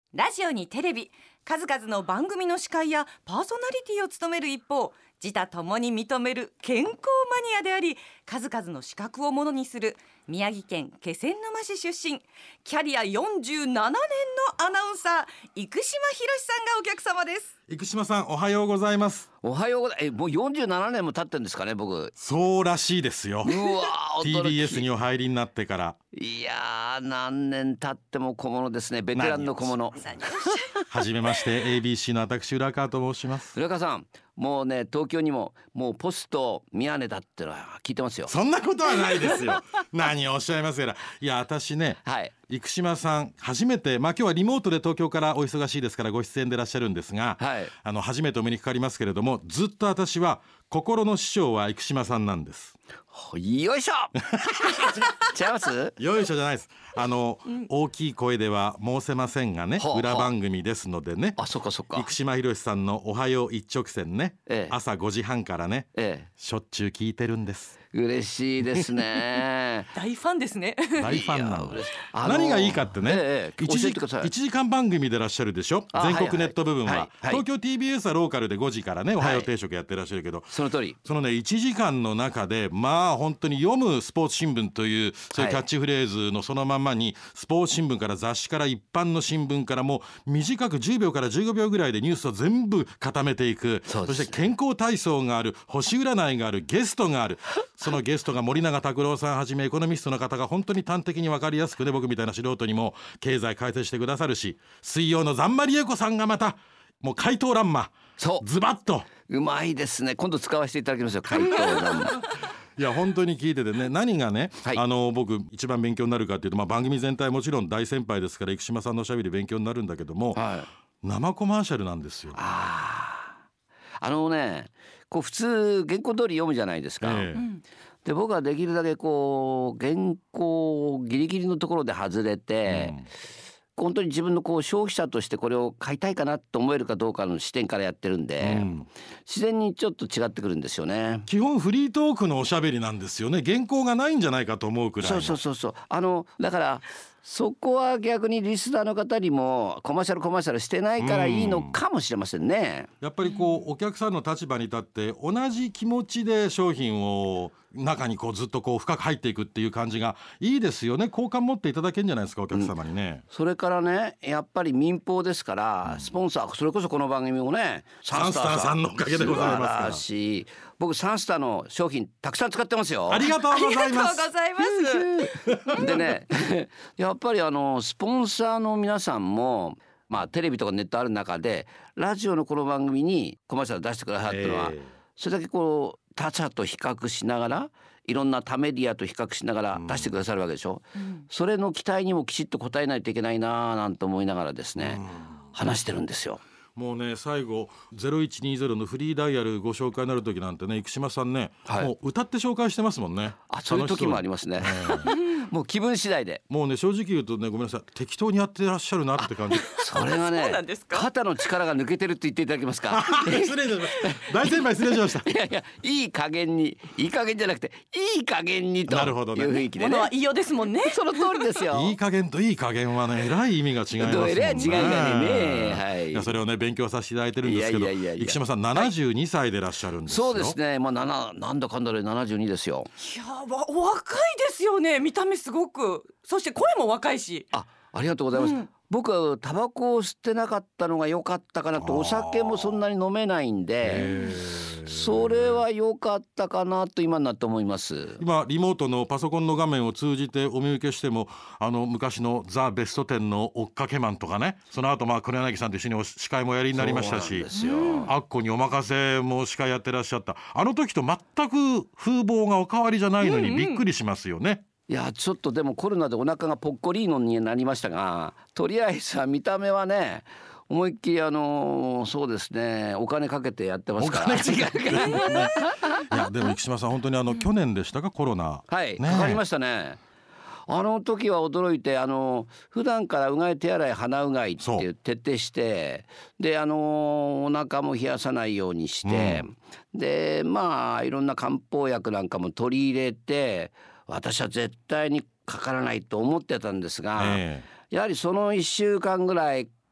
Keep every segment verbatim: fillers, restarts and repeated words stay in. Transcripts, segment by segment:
ラジオにテレビ、数々の番組の司会やパーソナリティを務める一方、自他ともに認める健康マニアであり、数々の資格をものにする宮城県気仙沼市出身、キャリアよんじゅうななねんのアナウンサー、生島博さんがお客様です。 生島さん、おはようございます。 おはようございます。えもうよんじゅうななねんも経ってんですかね。僕そうらしいですよ。 うわティービーエス にお入りになってから。 いやー、何年経っても小物ですね。ベテランの小物。 はじめまして、 エービーシー の私浦川と申します。 浦川さん、もうね、東京にももうポスト宮根だってのは聞いてますよ。 そんなことはないですよ。何をおっしゃいますやら。いや、私ね、 はい、 生島さん初めて、まあ今日はリモートで東京からお忙しいですからご出演でいらっしゃるんですが、 はい、 あの初めてお目にかかりますけれども、ずっと私は心の師匠は生島さんなんです。 よいしょ違いますよいしょじゃないです。あの、うん、大きい声では申せませんがね、はあはあ、裏番組ですのでね。 あ、そっかそっか。 生島博さんのおはよう一直線ね、 ええ、 朝ごじはんからね、ええ、しょっちゅう聞いてるんです。 嬉しいですね。 大ファンですね。 大ファンなの。何がいいかってね、 ええ、 いちじいちじかん番組でいらっしゃるでしょ。全国ネット部分は、はいはいはい、東京 ティービーエス はローカルでごじからね、おはよう定食やってらっしゃるけど、はい、 その通り。 そのねいちじかんの中で、まあ本当に読むスポーツ新聞というそういうキャッチフレーズのそのまんまに、スポーツ新聞から雑誌から一般の新聞からも短くじゅうびょうからじゅうごびょうぐらいでニュースを全部固めていく。 そ, そして健康体操がある、星占いがある、ゲストがある。そのゲストが森永卓郎さんはじめエコノミストの方が本当に端的に分かりやすくね、僕みたいな素人にも経済解説してくださるし、水曜のざんまりえこさんがまたもう怪盗乱魔、 そうズバッとうまいですね。今度使わせていただきますよ、怪盗乱魔。 いや本当に聞いててね、何がね、はい、あの僕一番勉強になるかっていうと、まあ、番組全体もちろん大先輩ですから生島さんのおしゃべり勉強になるんだけども、はい、生コマーシャルなんですよ。 ああのね、こう普通原稿通り読むじゃないですか、ええ、で僕はできるだけこう原稿ギリギリのところで外れて、うん、本当に自分のこう消費者としてこれを買いたいかなと思えるかどうかの視点からやってるんで、うん、自然にちょっと違ってくるんですよね。 基本フリートークのおしゃべりなんですよね。原稿がないんじゃないかと思うくらい。 そうそうそうそう。あのだからそこは逆にリスナーの方にもコマーシャルコマーシャルしてないからいいのかもしれませんね。 うん、やっぱりこうお客さんの立場に立って同じ気持ちで商品を中にこうずっとこう深く入っていくっていう感じがいいですよね。好感持っていただけるんじゃないですか、お客様にね。 うん、それからね、やっぱり民放ですから、スポンサー、それこそこの番組もね、 サンスターさんのおかげでございますから。 し僕サンスターの商品たくさん使ってますよ。 ありがとうございます。 ありがとうございます。 でねやっぱりあのスポンサーの皆さんも、まあテレビとかネットある中でラジオのこの番組にコマーシャル出してくださったのは、えー、それだけこう他社と比較しながら、いろんな他メディアと比較しながら出してくださるわけでしょ。うん、それの期待にもきちっと応えないといけないななんて思いながらですね、うん、話してるんですよ。 もうね、最後ゼロいちにゼロのフリーダイヤルご紹介になる時なんてね、生島さんね、はい、もう歌って紹介してますもんね。 あ、そういう時もありますね。もう気分次第で。 もうね、正直言うとね、ごめんなさい、適当にやってらっしゃるなって感じ。 それはね肩の力が抜けてるって言っていただけますか。 失礼しました大先輩、失礼しました。 いやいや、いい加減に、いい加減じゃなくていい加減にという雰囲気でね。 ものは言いようですもんね。 その通りですよ。 いい加減といい加減はね、えらい意味が違いますもんね。 えらい違いだね。はい。 いや、それをね勉強させていただいてるんですけど、生島さんななじゅうにさいでいらっしゃるんですよ。 そうですね、まあ、なななんだかんだでななじゅうにですよ。 いや、わ若いですよね。見た目すごく、そして声も若いし。 あ、ありがとうございます。うん、僕はタバコを吸ってなかったのが良かったかなと。お酒もそんなに飲めないんで、それは良かったかなと今になって思います。 今リモートのパソコンの画面を通じてお見受けしても、あの昔のザ・ベストテンの追っかけマンとかね、その後まあ黒柳さんと一緒に司会もやりになりましたし、アッコにお任せも司会やってらっしゃった、あの時と全く風貌がお変わりじゃないのにびっくりしますよね。うんうん、 いや、ちょっとでもコロナでお腹がぽっこりのになりましたが、とりあえずは見た目はね、思いっきりあのー、そうですね、お金かけてやってますから。 お金違ういやでも生島さん、本当にあの、うん、去年でしたか、コロナ。 はい、ね、かかりましたね。あの時は驚いて、あの普段からうがい手洗い鼻うがいっていう徹底して、であのお腹も冷やさないようにして、うん、でまあいろんな漢方薬なんかも取り入れて、私は絶対にかからないと思ってたんですが、えー、やはりそのいっしゅうかんぐらい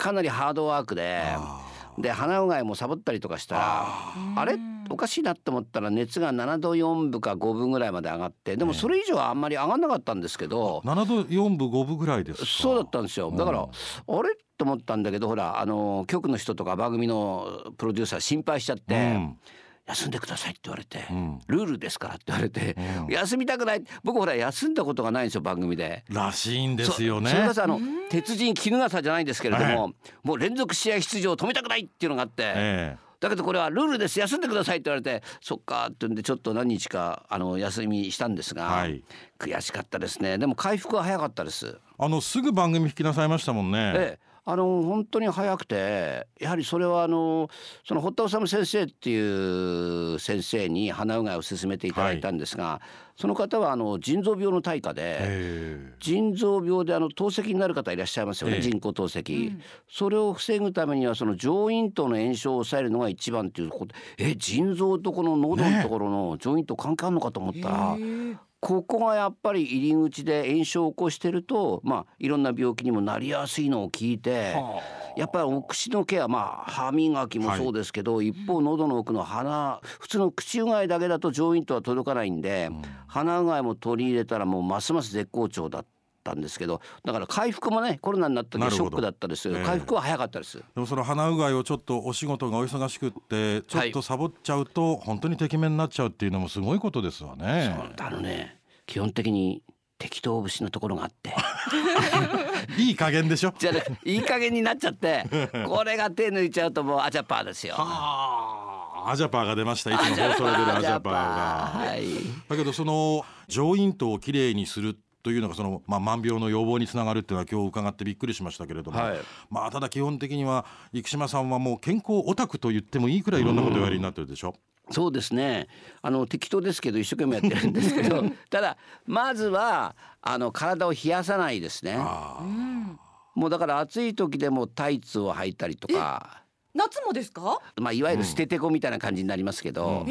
かなりハードワークでで鼻うがいもサボったりとかしたら あ, あれおかしいなって思ったら熱がななどよんぶかごぶぐらいまで上がって、でもそれ以上はあんまり上がんなかったんですけど、 ななどよんぶごぶぐらいですか。 そうだったんですよ。だからあれと思ったんだけど、ほらあの局の人とか番組のプロデューサー心配しちゃって、うん休んでくださいって言われて、うん、ルールですからって言われて、うん、休みたくない。僕ほら休んだことがないんですよ番組で。 らしいんですよね。 そ, それこそあの鉄人衣笠じゃないんですけれども、ええ、もう連続試合出場を止めたくないっていうのがあって、ええ、だけどこれはルールです休んでくださいって言われて、そっかって言うんでちょっと何日かあの休みしたんですが、はい、悔しかったですね。でも回復は早かったです。 あのすぐ番組引きなさいましたもんね。 ええあの本当に早くて、やはりそれはあのその堀田修先生っていう先生に鼻うがいを勧めていただいたんですが、はい、その方はあの腎臓病の大家で、腎臓病であの透析になる方いらっしゃいますよね、人工透析、うん、それを防ぐためにはその上咽頭の炎症を抑えるのが一番ということ。え腎臓とこの喉のところの上咽頭関係あるのかと思ったら、ねここがやっぱり入り口で炎症を起こしてると、まあ、いろんな病気にもなりやすいのを聞いて、やっぱりお口のケア、まあ歯磨きもそうですけど、はい、一方喉の奥の鼻、普通の口うがいだけだと上咽頭は届かないんで、うん、鼻うがいも取り入れたらもうますます絶好調だったんですけど、だから回復もねコロナになった時はショックだったですけど、えー、回復は早かったです。でもその鼻うがいをちょっとお仕事がお忙しくってちょっとサボっちゃうと、はい、本当にてきめんになっちゃうっていうのもすごいことですわね。 そうだね、基本的に適当節のところがあっていい加減でしょ。 じゃあ、ね、いい加減になっちゃってこれが手抜いちゃうともうアジャパーですよ。 はあ、アジャパーが出ました。いつも放送で出るアジャパーが、はい、だけどその上咽頭をきれいにするというのがその、まあ、万病の予防につながるっていうのは今日伺ってびっくりしましたけれども、はい、まあただ基本的には生島さんはもう健康オタクと言ってもいいくらいいろんなことをおやりになってるでしょ。 そうですね、あの適当ですけど一生懸命やってるんですけどただまずはあの体を冷やさないですね。あもうだから暑い時でもタイツを履いたりとか。 夏もですか。 まあ、いわゆる捨ててこみたいな感じになりますけど、うん、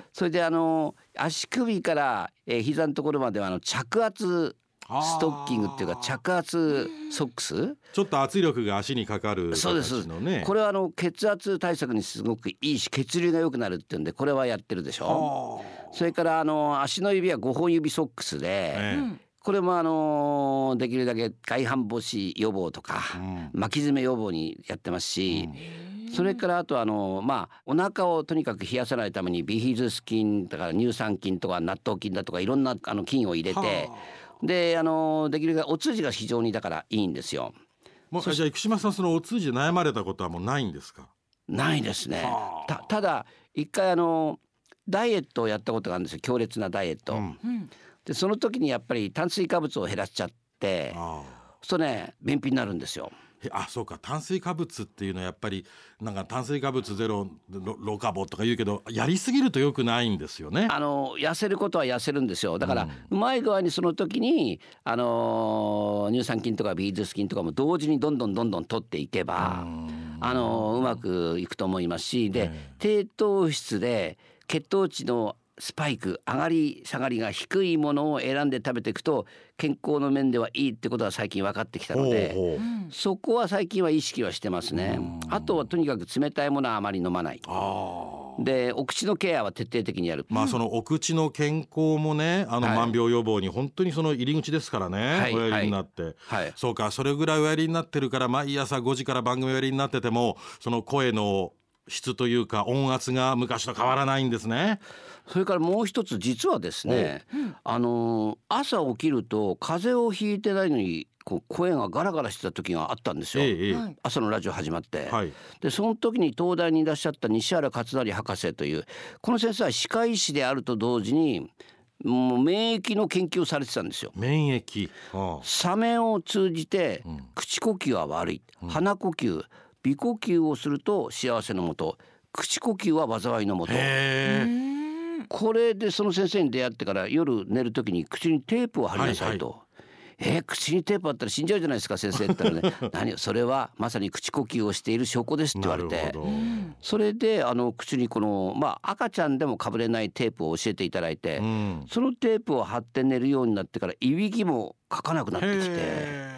それであの足首から、えー、膝のところまではあの着圧ストッキングっていうか着圧ソックス、 ちょっと圧力が足にかかる形のね。 そうです。これはあの血圧対策にすごくいいし血流が良くなるっていうんでこれはやってるでしょ。それからあの足の指はごほん指ソックスで、ええ、これもあのできるだけ外反母趾予防とか、うん、巻き爪予防にやってますし、うん、それからあとあのまあお腹をとにかく冷やさないためにビフィズス菌とか乳酸菌とか納豆菌だとかいろんなあの菌を入れて、であのできるだけお通じが非常にだからいいんですよ。 もうじゃあ生島さんそのお通じで悩まれたことはもうないんですか。 ないですね。た, ただ一回あのダイエットをやったことがあるんですよ。強烈なダイエット、うん、でその時にやっぱり炭水化物を減らしちゃってそうね便秘になるんですよ。 あ、そうか、炭水化物っていうのはやっぱりなんか炭水化物ゼロロカボとか言うけどやりすぎると良くないんですよね。 あの痩せることは痩せるんですよ。だから、うん、うまい具合にその時に、あのー、乳酸菌とかビフィズス菌とかも同時にどんどんどんどん取っていけば、うんあのー、うまくいくと思いますし、で、低糖質で血糖値のスパイク上がり下がりが低いものを選んで食べていくと健康の面ではいいってことは最近分かってきたので、ほうほう、そこは最近は意識はしてますね。あとはとにかく冷たいものはあまり飲まない。あでお口のケアは徹底的にやる。 まあそのお口の健康もね、あの万病予防に本当にその入り口ですからね、はい、おやりになって、はいはい、そうか、それぐらいおやりになってるから毎朝ごじから番組おやりになっててもその声の質というか音圧が昔と変わらないんですね。 それからもう一つ実はですね、あの朝起きると風邪をひいてないのにこう声がガラガラしてた時があったんですよ、ええ、朝のラジオ始まって、はい、でその時に東大にいらっしゃった西原勝成博士というこの先生は歯科医師であると同時にもう免疫の研究をされてたんですよ。 免疫、ああ、 サメを通じて口呼吸は悪い、うん、鼻呼吸鼻呼吸をすると幸せのもと、口呼吸は災いのもと。これでその先生に出会ってから夜寝る時に口にテープを貼りなさいと、はいはい、えー、口にテープあったら死んじゃうじゃないですか先生って言ったらね何それはまさに口呼吸をしている証拠ですって言われて、それであの口にこの、まあ、赤ちゃんでもかぶれないテープを教えていただいて、うん、そのテープを貼って寝るようになってからいびきもかかなくなってきて、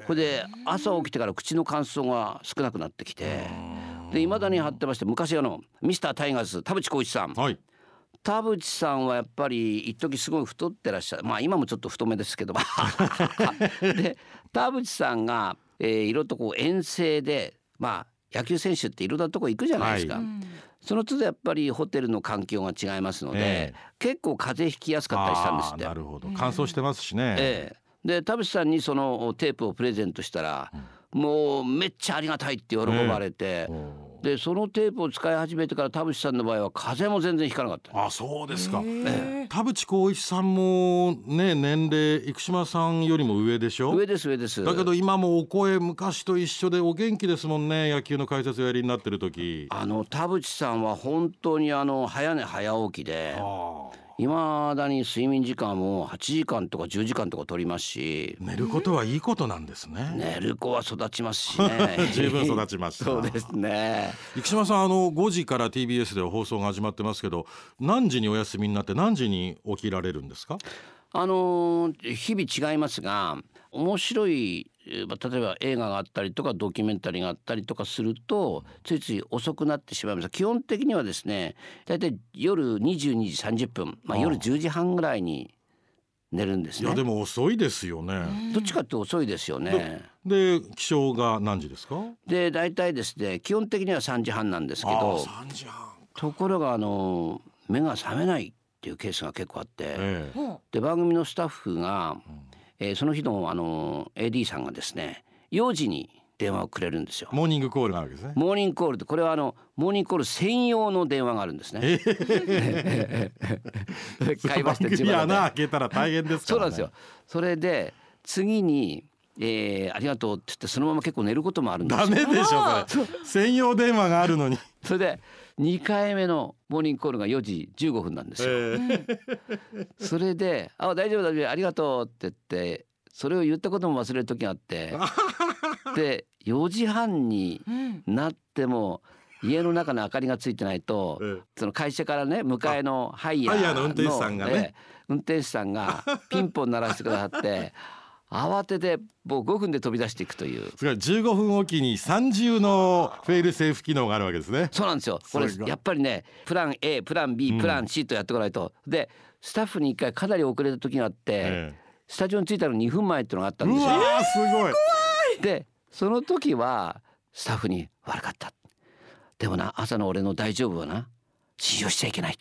これで朝起きてから口の乾燥が少なくなってきて、で未だに張ってまして、昔あのミスタータイガース田淵浩一さん、 はい、 田淵さんはやっぱり一時すごい太ってらっしゃる、まあ今もちょっと太めですけどで田淵さんが、えー、いろいろとこう遠征で、まあ野球選手っていろんなとこ行くじゃないですか、はい、その都度やっぱりホテルの環境が違いますので、えー、結構風邪ひきやすかったりしたんですって。 なるほど、乾燥してますしね、 えー、で田淵さんにそのテープをプレゼントしたら、うん、もうめっちゃありがたいって喜ばれて、えーでそのテープを使い始めてから田淵さんの場合は風邪も全然ひかなかった。 あ、そうですか。田淵浩一さんもね、年齢生島さんよりも上でしょ。 上です上です。 だけど今もお声昔と一緒でお元気ですもんね。野球の解説をやりになってる時、 あの田淵さんは本当にあの早寝早起きで、いまだに睡眠時間もはちじかんとかじゅうじかんとか取りますし、 寝ることはいいことなんですね。 寝る子は育ちますしね十分育ちましたそうですね。 生島さん、あのごじから ティービーエス では放送が始まってますけど、何時にお休みになって何時に起きられるんですか？ あのー、日々違いますが、面白い例えば映画があったりとかドキュメンタリーがあったりとかするとついつい遅くなってしまいます。基本的にはですね、だいたい夜にじゅうにじさんじゅっぷん、まあ、夜じゅうじはんぐらいに寝るんですね。 いやでも遅いですよね。 どっちかって遅いですよね。 で起床が何時ですか？ でだいたいですね、基本的にはさんじはんなんですけど、 さんじはんところがあの目が覚めないっていうケースが結構あって、 ええ、 で番組のスタッフが、うんえー、その日のあの エーディー さんがですねよじに電話をくれるんですよ。 モーニングコールがあるわけですね。 モーニングコールって、これはあのモーニングコール専用の電話があるんですね。 えー、 買いまして自分で穴開けたら大変ですからね。 そうなんですよ。それで次に、えー、ありがとうって言ってそのまま結構寝ることもあるんですよ。 ダメでしょこれ専用電話があるのに。 それでにかいめのモーニングコールがよじじゅうごふんなんですよ、えー、それであ大丈夫大丈夫ありがとうって言ってそれを言ったことも忘れる時があってでよじはんになっても家の中の明かりがついてないと、えー、その会社からね迎えのハイヤー の, の運転手さんがね、 運転手さんがピンポン鳴らしてくださって慌ててもうごふんで飛び出していくという。 それじゅうごふんおきに三重のフェイルセーフ機能があるわけですね。 そうなんですよ。これやっぱりねプラン A プラン B プラン C とやってこないと、うん、でスタッフに一回かなり遅れた時があって、ええ、スタジオに着いたのにふんまえっていうのがあったんですよ。 うわーすごい。 でその時はスタッフに悪かった、でもな朝の俺の大丈夫はな信用しちゃいけない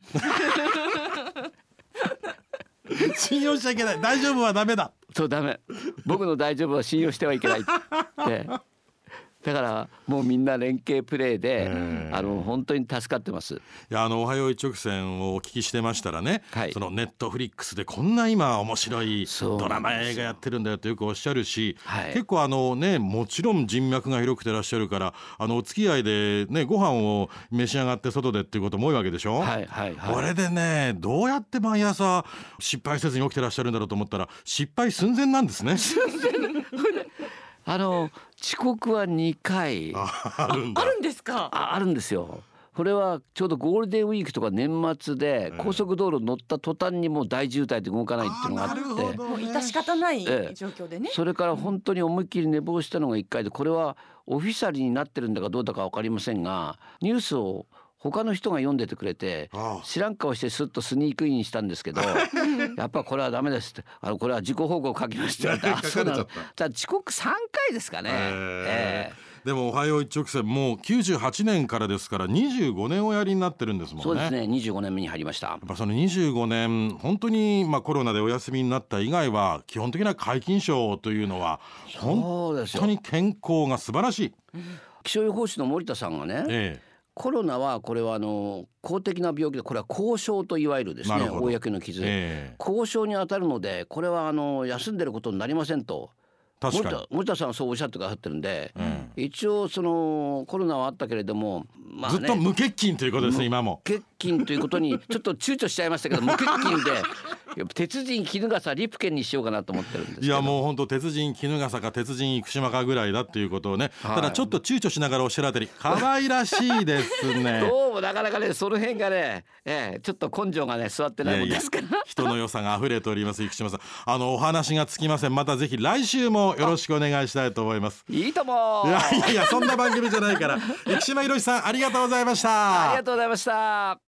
信用しちゃいけない、大丈夫はダメだ。 そうダメ、僕の大丈夫は信用してはいけないってだからもうみんな連携プレーで、えー、あの本当に助かってます。いやあのおはよう一直線をお聞きしてましたらね、はい、そのネットフリックスでこんな今面白いドラマ映画やってるんだよとよくおっしゃるし、はい、結構あのねもちろん人脈が広くてらっしゃるからあのお付き合いでねご飯を召し上がって外でっていうことも多いわけでしょ、はいはいはい、これでねどうやって毎朝失敗せずに起きてらっしゃるんだろうと思ったら失敗寸前なんですね。 あの遅刻はにかいあ, あ, るんだあるんですか。 あ, あるんですよ。これはちょうどゴールデンウィークとか年末で高速道路乗った途端にもう大渋滞で動かないっていうのがあって、 ね、もう致し方ない状況でね、 それから本当に思いっきり寝坊したのがいっかいで、これはオフィシャルになってるんだかどうだか分かりませんがニュースを他の人が読んでてくれて知らん顔してスッとスニークインしたんですけどやっぱこれはダメですって、あのこれは自己報告書きましたってあそうなの。じゃあ遅刻さんかいですかね、えー、でもおはよう一直線もうきゅうじゅうはちねんからですからにじゅうごねんおやりになってるんですもんね。 そうですね、にじゅうごねんめに入りました。 やっぱそのにじゅうごねん本当にまあコロナでお休みになった以外は基本的な皆勤賞というのは本当に健康が素晴らしい。 気象予報士の森田さんがね、ええコロナはこれはあの公的な病気で、これは後遺症といわゆるですね公の傷、えー、後遺症に当たるのでこれはあの休んでることになりませんと確かに森田、森田さんはそうおっしゃってくださってるんで、うん、一応そのコロナはあったけれども、 まあね、ずっと無欠勤ということですね。今も欠勤ということにちょっと躊躇しちゃいましたけど無欠勤でやっぱ鉄人衣笠リプケンにしようかなと思ってるんですけど。 いやもう本当鉄人衣笠か鉄人生島かぐらいだっていうことをね、はい、ただちょっと躊躇しながらおっしゃるあたり可愛らしいですねどうもなかなかねその辺がね、ええ、ちょっと根性がね座ってないもんですから。いやいや人の良さが溢れております生島さん、あのお話がつきません。またぜひ来週もよろしくお願いしたいと思います。 いいとも。 いやいやいやそんな番組じゃないから生島博さんありがとうございました。 ありがとうございました。